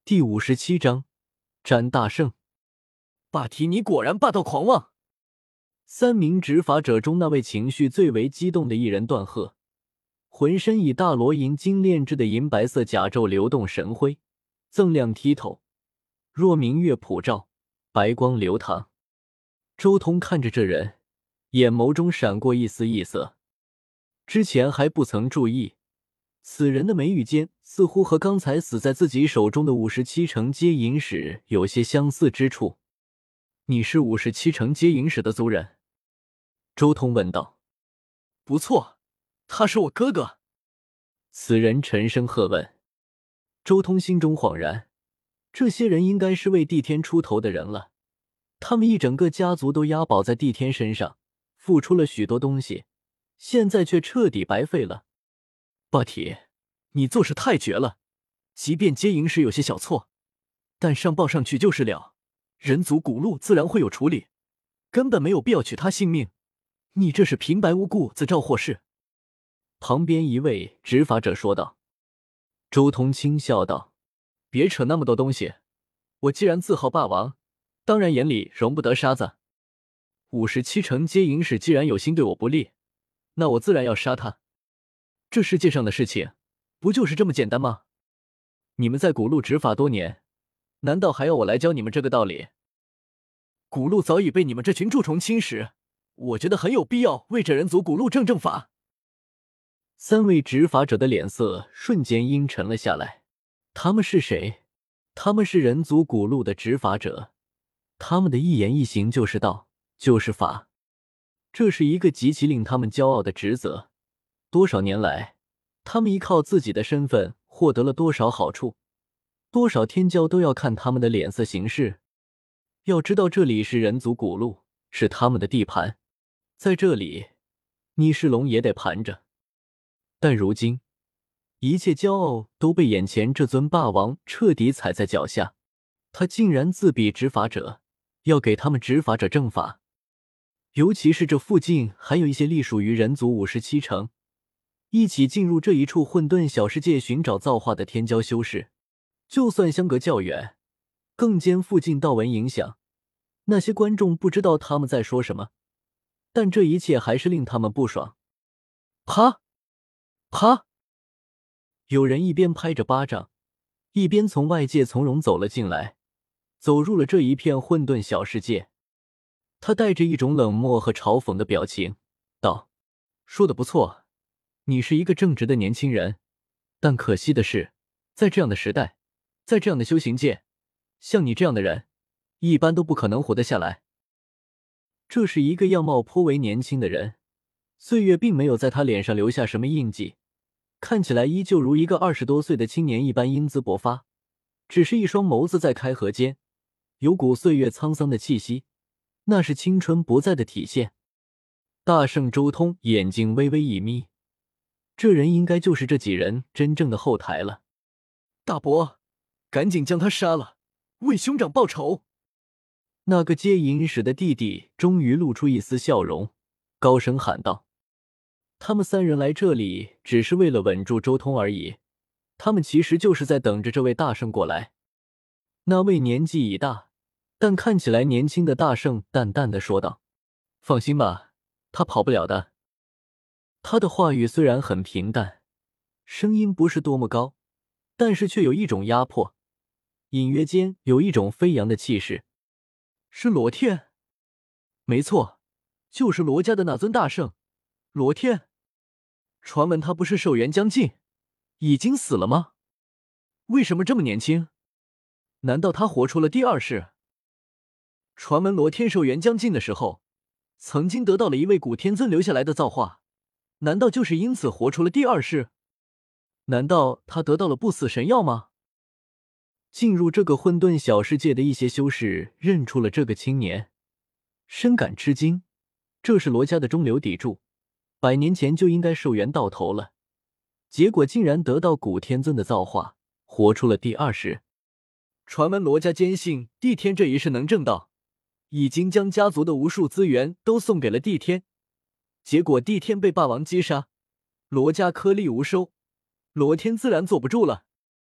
第57章斩大圣。 霸体，你果然霸道狂妄！ 三名执法者中那位情绪最为激动的一人断喝，浑身以大罗银金炼制的银白色甲胄流动神辉，锃亮剔透，若明月普照，白光流淌。周通看着这人，眼眸中闪过一丝异色。之前还不曾注意，此人的眉宇间似乎和刚才死在自己手中的57成接引使有些相似之处。你是57成接引使的族人？周通问道。 不错，他是我哥哥。 此人沉声喝问。周通心中恍然，这些人应该是为帝天出头的人了，他们一整个家族都押宝在帝天身上，付出了许多东西，现在却彻底白费了。 霸体，你做事太绝了，即便接引使有些小错，但上报上去就是了，人族古路自然会有处理，根本没有必要取他性命。你这是平白无故自招祸事。 旁边一位执法者说道。周通轻笑道， 别扯那么多东西，我既然自号霸王，当然眼里容不得沙子。57成接引使既然有心对我不利，那我自然要杀他。这世界上的事情不就是这么简单吗？你们在古路执法多年，难道还要我来教你们这个道理？古路早已被你们这群蛀虫侵蚀，我觉得很有必要为这人族古路正法。 三位执法者的脸色瞬间阴沉了下来。他们是谁？他们是人族古路的执法者，他们的一言一行就是道，就是法。这是一个极其令他们骄傲的职责。多少年来，他们依靠自己的身份获得了多少好处，多少天骄都要看他们的脸色行事。要知道，这里是人族古路，是他们的地盘，在这里，你是龙也得盘着。但如今，一切骄傲都被眼前这尊霸王彻底踩在脚下。他竟然自比执法者，要给他们执法者正法。尤其是这附近还有一些隶属于人族57成，一起进入这一处混沌小世界寻找造化的天骄修士，就算相隔较远，更兼附近道闻影响，那些观众不知道他们在说什么，但这一切还是令他们不爽。 啪！啪！ 有人一边拍着巴掌，一边从外界从容走了进来，走入了这一片混沌小世界。他带着一种冷漠和嘲讽的表情，道：说得不错，你是一个正直的年轻人，但可惜的是，在这样的时代，在这样的修行界，像你这样的人，一般都不可能活得下来。这是一个样貌颇为年轻的人，岁月并没有在他脸上留下什么印记，看起来依旧如一个20多岁的青年一般英姿勃发，只是一双眸子在开合间，有股岁月沧桑的气息，那是青春不在的体现。大圣周通眼睛微微一眯，这人应该就是这几人真正的后台了。 大伯，赶紧将他杀了，为兄长报仇！ 那个接引使的弟弟终于露出一丝笑容，高声喊道。他们三人来这里只是为了稳住周通而已，他们其实就是在等着这位大圣过来。那位年纪已大但看起来年轻的大圣淡淡的说道，放心吧，他跑不了的。他的话语虽然很平淡，声音不是多么高，但是却有一种压迫，隐约间有一种飞扬的气势。 是罗天？没错，就是罗家的那尊大圣罗天。传闻他不是寿元将近，已经死了吗？为什么这么年轻？难道他活出了第二世？传闻罗天寿元将近的时候，曾经得到了一位古天尊留下来的造化，难道就是因此活出了第二世？难道他得到了不死神药吗？ 进入这个混沌小世界的一些修士认出了这个青年，深感吃惊。这是罗家的中流砥柱，100年前就应该寿元到头了，结果竟然得到古天尊的造化，活出了第二世。 传闻罗家坚信帝天这一世能正道，已经将家族的无数资源都送给了帝天，结果帝天被霸王击杀，罗家颗粒无收，罗天自然坐不住了。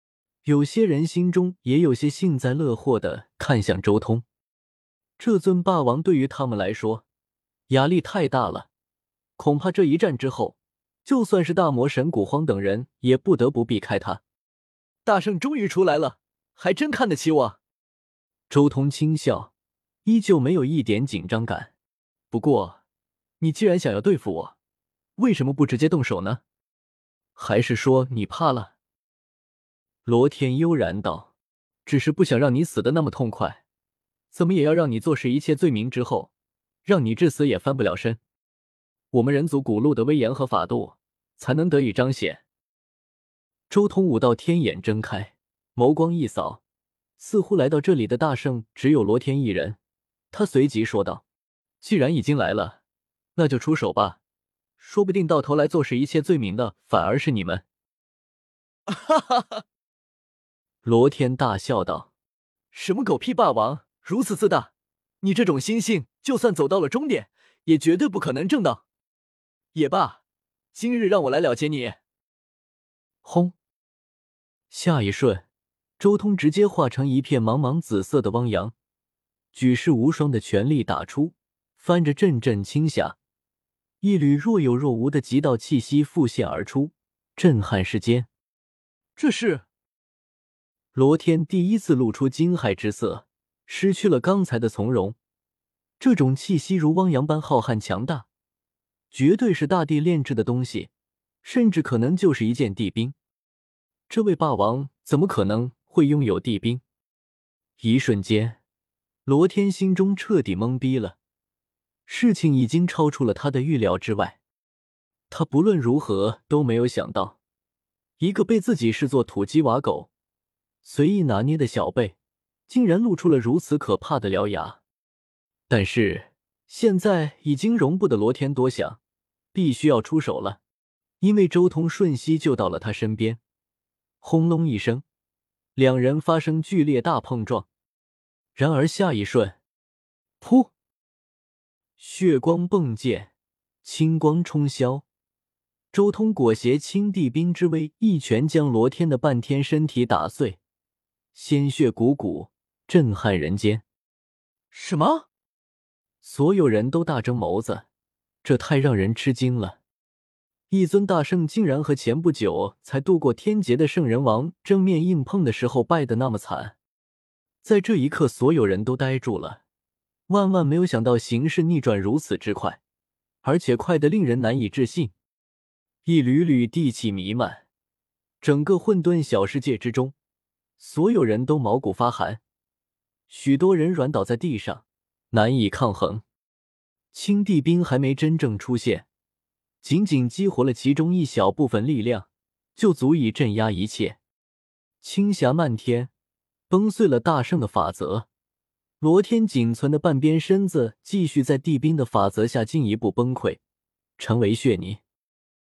有些人心中也有些幸灾乐祸的看向周通。这尊霸王对于他们来说压力太大了，恐怕这一战之后，就算是大魔神古荒等人也不得不避开他。 大圣终于出来了，还真看得起我。 周通轻笑，依旧没有一点紧张感。 不过，你既然想要对付我，为什么不直接动手呢？还是说你怕了？ 罗天悠然道： 只是不想让你死得那么痛快，怎么也要让你坐实一切罪名之后，让你至死也翻不了身。我们人族古路的威严和法度才能得以彰显。 周通武道天眼睁开，眸光一扫，似乎来到这里的大圣只有罗天一人。他随即说道： 既然已经来了，那就出手吧，说不定到头来坐实一切罪名的反而是你们。哈哈哈！ 罗天大笑道： 什么狗屁霸王，如此自大，你这种心性就算走到了终点，也绝对不可能正道。也罢，今日让我来了结你。 轰！下一瞬，周通直接化成一片茫茫紫色的汪洋，举世无双的全力打出，翻着阵阵青霞，一缕若有若无的极道气息复现而出，震撼世间。 这是…… 罗天第一次露出惊骇之色，失去了刚才的从容。这种气息如汪洋般浩瀚强大，绝对是大地炼制的东西，甚至可能就是一件地兵。这位霸王怎么可能会拥有地兵？一瞬间，罗天心中彻底懵逼了，事情已经超出了他的预料之外。他不论如何都没有想到，一个被自己视作土鸡瓦狗、随意拿捏的小辈，竟然露出了如此可怕的獠牙。但是现在已经容不得罗天多想，必须要出手了，因为周通瞬息就到了他身边。轰隆一声，两人发生剧烈大碰撞。然而下一瞬，噗！血光迸溅，青光冲霄。周通裹挟青帝兵之威，一拳将罗天的半天身体打碎，鲜血汩汩，震撼人间。 什么？ 所有人都大睁眸子，这太让人吃惊了。一尊大圣竟然和前不久才度过天劫的圣人王正面硬碰的时候败得那么惨。在这一刻，所有人都呆住了，万万没有想到形势逆转如此之快，而且快得令人难以置信。一缕缕地气弥漫，整个混沌小世界之中，所有人都毛骨发寒，许多人软倒在地上，难以抗衡。青帝兵还没真正出现，仅仅激活了其中一小部分力量，就足以镇压一切。青霞漫天，崩碎了大圣的法则。罗天仅存的半边身子继续在帝兵的法则下进一步崩溃，成为血泥。